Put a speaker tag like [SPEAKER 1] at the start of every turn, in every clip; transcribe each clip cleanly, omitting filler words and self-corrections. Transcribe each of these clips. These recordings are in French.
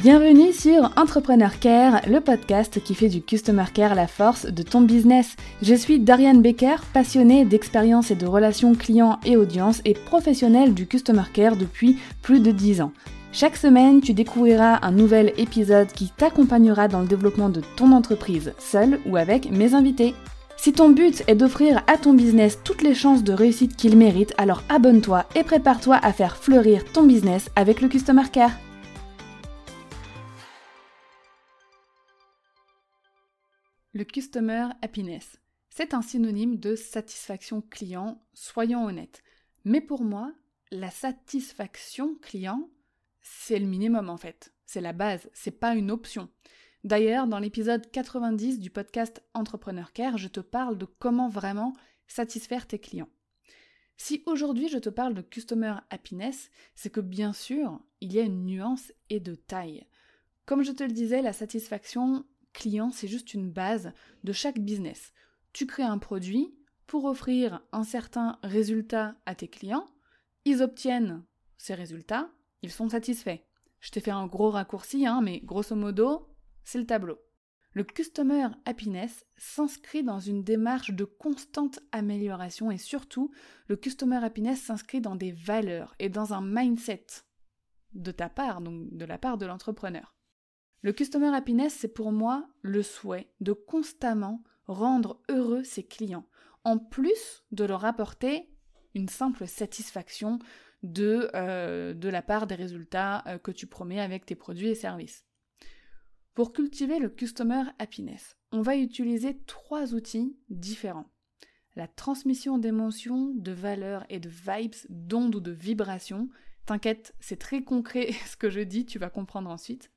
[SPEAKER 1] Bienvenue sur Entrepreneur Care, le podcast qui fait du Customer Care la force de ton business. Je suis Dariane Becker, passionnée d'expérience et de relations clients et audience et professionnelle du Customer Care depuis plus de 10 ans. Chaque semaine, tu découvriras un nouvel épisode qui t'accompagnera dans le développement de ton entreprise, seule ou avec mes invités. Si ton but est d'offrir à ton business toutes les chances de réussite qu'il mérite, alors abonne-toi et prépare-toi à faire fleurir ton business avec le Customer Care. Le Customer Happiness, c'est un synonyme de satisfaction client, soyons honnêtes. Mais pour moi, la satisfaction client, c'est le minimum en fait. C'est la base, c'est pas une option. D'ailleurs, dans l'épisode 90 du podcast Entrepreneur Care, je te parle de comment vraiment satisfaire tes clients. Si aujourd'hui je te parle de Customer Happiness, c'est que bien sûr, il y a une nuance et de taille. Comme je te le disais, la satisfaction client, c'est juste une base de chaque business. Tu crées un produit pour offrir un certain résultat à tes clients, ils obtiennent ces résultats, ils sont satisfaits. Je t'ai fait un gros raccourci, mais grosso modo, c'est le tableau. Le Customer Happiness s'inscrit dans une démarche de constante amélioration et surtout, le Customer Happiness s'inscrit dans des valeurs et dans un mindset de ta part, donc de la part de l'entrepreneur. Le Customer Happiness, c'est pour moi le souhait de constamment rendre heureux ses clients, en plus de leur apporter une simple satisfaction de la part des résultats que tu promets avec tes produits et services. Pour cultiver le Customer Happiness, on va utiliser 3 outils différents. La transmission d'émotions, de valeurs et de vibes, d'ondes ou de vibrations. T'inquiète, c'est très concret ce que je dis, tu vas comprendre ensuite.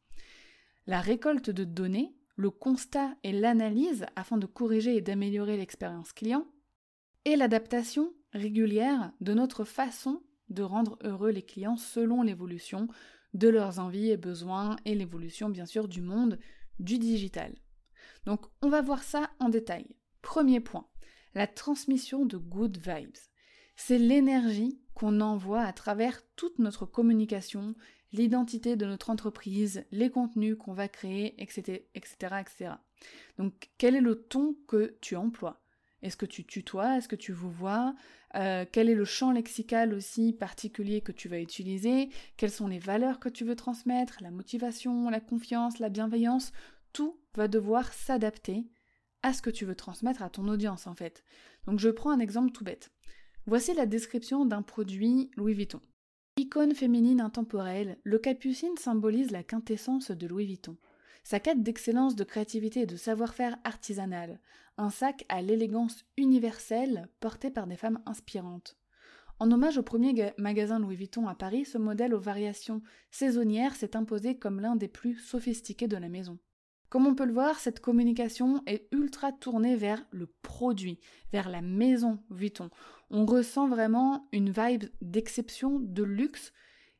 [SPEAKER 1] La récolte de données, le constat et l'analyse afin de corriger et d'améliorer l'expérience client, et l'adaptation régulière de notre façon de rendre heureux les clients selon l'évolution de leurs envies et besoins et l'évolution bien sûr du monde du digital. Donc on va voir ça en détail. Premier point, la transmission de good vibes. C'est l'énergie qu'on envoie à travers toute notre communication, l'identité de notre entreprise, les contenus qu'on va créer, etc., etc. Donc, quel est le ton que tu emploies ? Est-ce que tu tutoies ? Est-ce que tu vous vois ? Quel est le champ lexical aussi particulier que tu vas utiliser ? Quelles sont les valeurs que tu veux transmettre ? La motivation, la confiance, la bienveillance ? Tout va devoir s'adapter à ce que tu veux transmettre à ton audience en fait. Donc, je prends un exemple tout bête. Voici la description d'un produit Louis Vuitton. Icône féminine intemporelle, le capucine symbolise la quintessence de Louis Vuitton. Sa quête d'excellence, de créativité et de savoir-faire artisanal. Un sac à l'élégance universelle porté par des femmes inspirantes. En hommage au premier magasin Louis Vuitton à Paris, ce modèle aux variations saisonnières s'est imposé comme l'un des plus sophistiqués de la maison. Comme on peut le voir, cette communication est ultra tournée vers le produit, vers la maison Vuitton. On ressent vraiment une vibe d'exception, de luxe,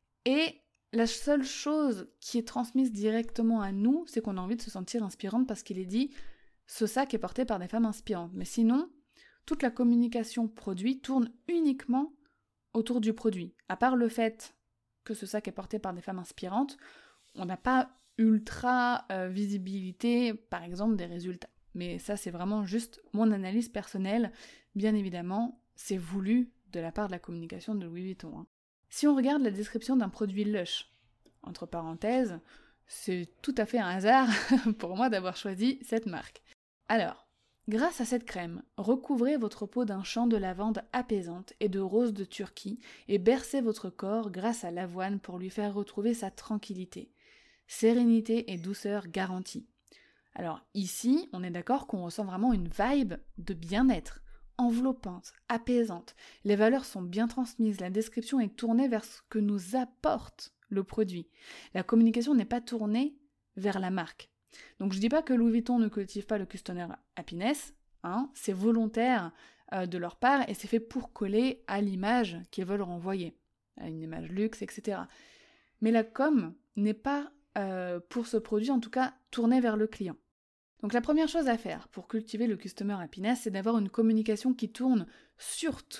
[SPEAKER 1] et la seule chose qui est transmise directement à nous, c'est qu'on a envie de se sentir inspirante parce qu'il est dit « ce sac est porté par des femmes inspirantes ». Mais sinon, toute la communication produit tourne uniquement autour du produit. À part le fait que ce sac est porté par des femmes inspirantes, on n'a pas ultra visibilité, par exemple, des résultats. Mais ça, c'est vraiment juste mon analyse personnelle. Bien évidemment, c'est voulu de la part de la communication de Louis Vuitton. Si on regarde la description d'un produit Lush, entre parenthèses, c'est tout à fait un hasard pour moi d'avoir choisi cette marque. Alors, grâce à cette crème, recouvrez votre peau d'un champ de lavande apaisante et de rose de Turquie et bercez votre corps grâce à l'avoine pour lui faire retrouver sa tranquillité. Sérénité et douceur garantie. Alors ici, on est d'accord qu'on ressent vraiment une vibe de bien-être, enveloppante, apaisante. Les valeurs sont bien transmises, la description est tournée vers ce que nous apporte le produit. La communication n'est pas tournée vers la marque. Donc je dis pas que Louis Vuitton ne cultive pas le Customer Happiness, c'est volontaire de leur part et c'est fait pour coller à l'image qu'ils veulent renvoyer, à une image luxe, etc. Mais la com n'est pas pour ce produit, en tout cas, tourné vers le client. Donc la première chose à faire pour cultiver le Customer Happiness, c'est d'avoir une communication qui tourne surtout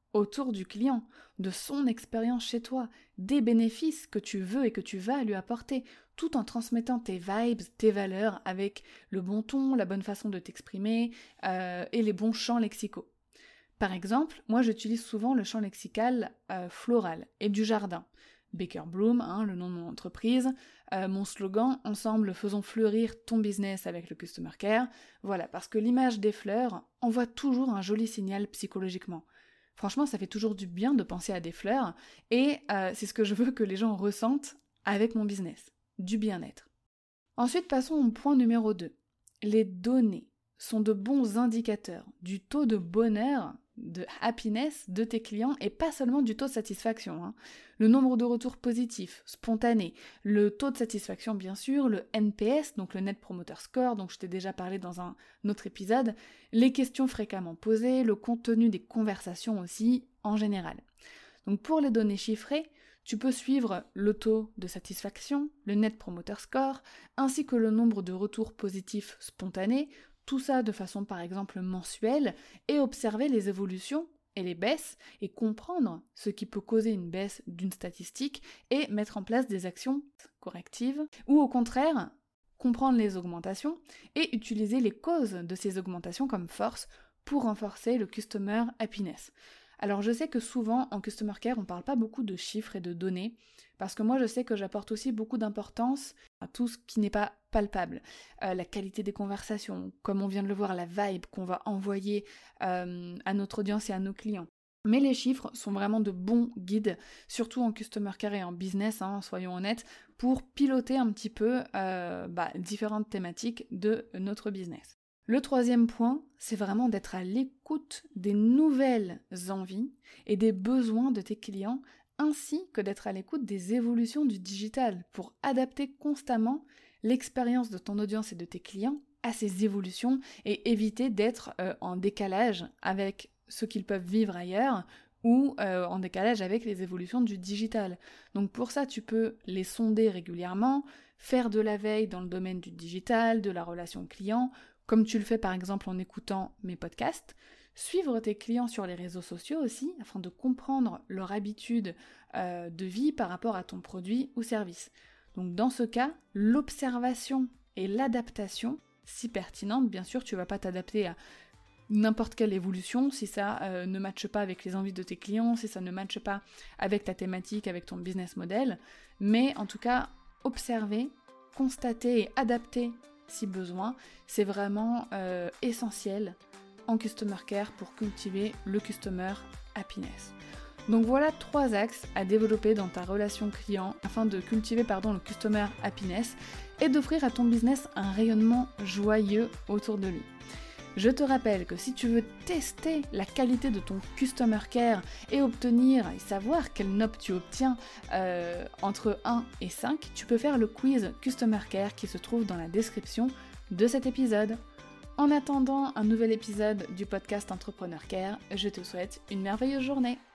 [SPEAKER 1] autour du client, de son expérience chez toi, des bénéfices que tu veux et que tu vas lui apporter, tout en transmettant tes vibes, tes valeurs avec le bon ton, la bonne façon de t'exprimer et les bons champs lexicaux. Par exemple, moi j'utilise souvent le champ lexical floral et du jardin. Baker Bloom, le nom de mon entreprise, mon slogan « Ensemble, faisons fleurir ton business avec le Customer Care ». Voilà, parce que l'image des fleurs envoie toujours un joli signal psychologiquement. Franchement, ça fait toujours du bien de penser à des fleurs, et c'est ce que je veux que les gens ressentent avec mon business, du bien-être. Ensuite, passons au point numéro 2. Les données sont de bons indicateurs du taux de bonheur, de happiness de tes clients et pas seulement du taux de satisfaction. Le nombre de retours positifs, spontanés, le taux de satisfaction bien sûr, le NPS, donc le Net Promoter Score, dont je t'ai déjà parlé dans un autre épisode, les questions fréquemment posées, le contenu des conversations aussi en général. Donc pour les données chiffrées, tu peux suivre le taux de satisfaction, le Net Promoter Score, ainsi que le nombre de retours positifs spontanés, tout ça de façon par exemple mensuelle, et observer les évolutions et les baisses, et comprendre ce qui peut causer une baisse d'une statistique, et mettre en place des actions correctives, ou au contraire, comprendre les augmentations, et utiliser les causes de ces augmentations comme force pour renforcer le Customer Happiness. Alors je sais que souvent en Customer Care on parle pas beaucoup de chiffres et de données, parce que moi je sais que j'apporte aussi beaucoup d'importance à tout ce qui n'est pas palpable. La qualité des conversations, comme on vient de le voir, la vibe qu'on va envoyer à notre audience et à nos clients. Mais les chiffres sont vraiment de bons guides, surtout en Customer Care et en business, soyons honnêtes, pour piloter un petit peu différentes thématiques de notre business. Le troisième point, c'est vraiment d'être à l'écoute des nouvelles envies et des besoins de tes clients, ainsi que d'être à l'écoute des évolutions du digital pour adapter constamment l'expérience de ton audience et de tes clients à ces évolutions et éviter d'être en décalage avec ce qu'ils peuvent vivre ailleurs ou en décalage avec les évolutions du digital. Donc pour ça, tu peux les sonder régulièrement, faire de la veille dans le domaine du digital, de la relation client, comme tu le fais par exemple en écoutant mes podcasts, suivre tes clients sur les réseaux sociaux aussi, afin de comprendre leur habitude de vie par rapport à ton produit ou service. Donc dans ce cas, l'observation et l'adaptation, si pertinente, bien sûr, tu ne vas pas t'adapter à n'importe quelle évolution si ça ne matche pas avec les envies de tes clients, si ça ne matche pas avec ta thématique, avec ton business model, mais en tout cas, observer, constater et adapter si besoin, c'est vraiment essentiel en Customer Care pour cultiver le Customer Happiness. Donc voilà 3 axes à développer dans ta relation client afin de cultiver le Customer Happiness et d'offrir à ton business un rayonnement joyeux autour de lui. Je te rappelle que si tu veux tester la qualité de ton Customer Care et obtenir et savoir quelle note tu obtiens entre 1 et 5, tu peux faire le quiz Customer Care qui se trouve dans la description de cet épisode. En attendant un nouvel épisode du podcast Entrepreneur Care, je te souhaite une merveilleuse journée.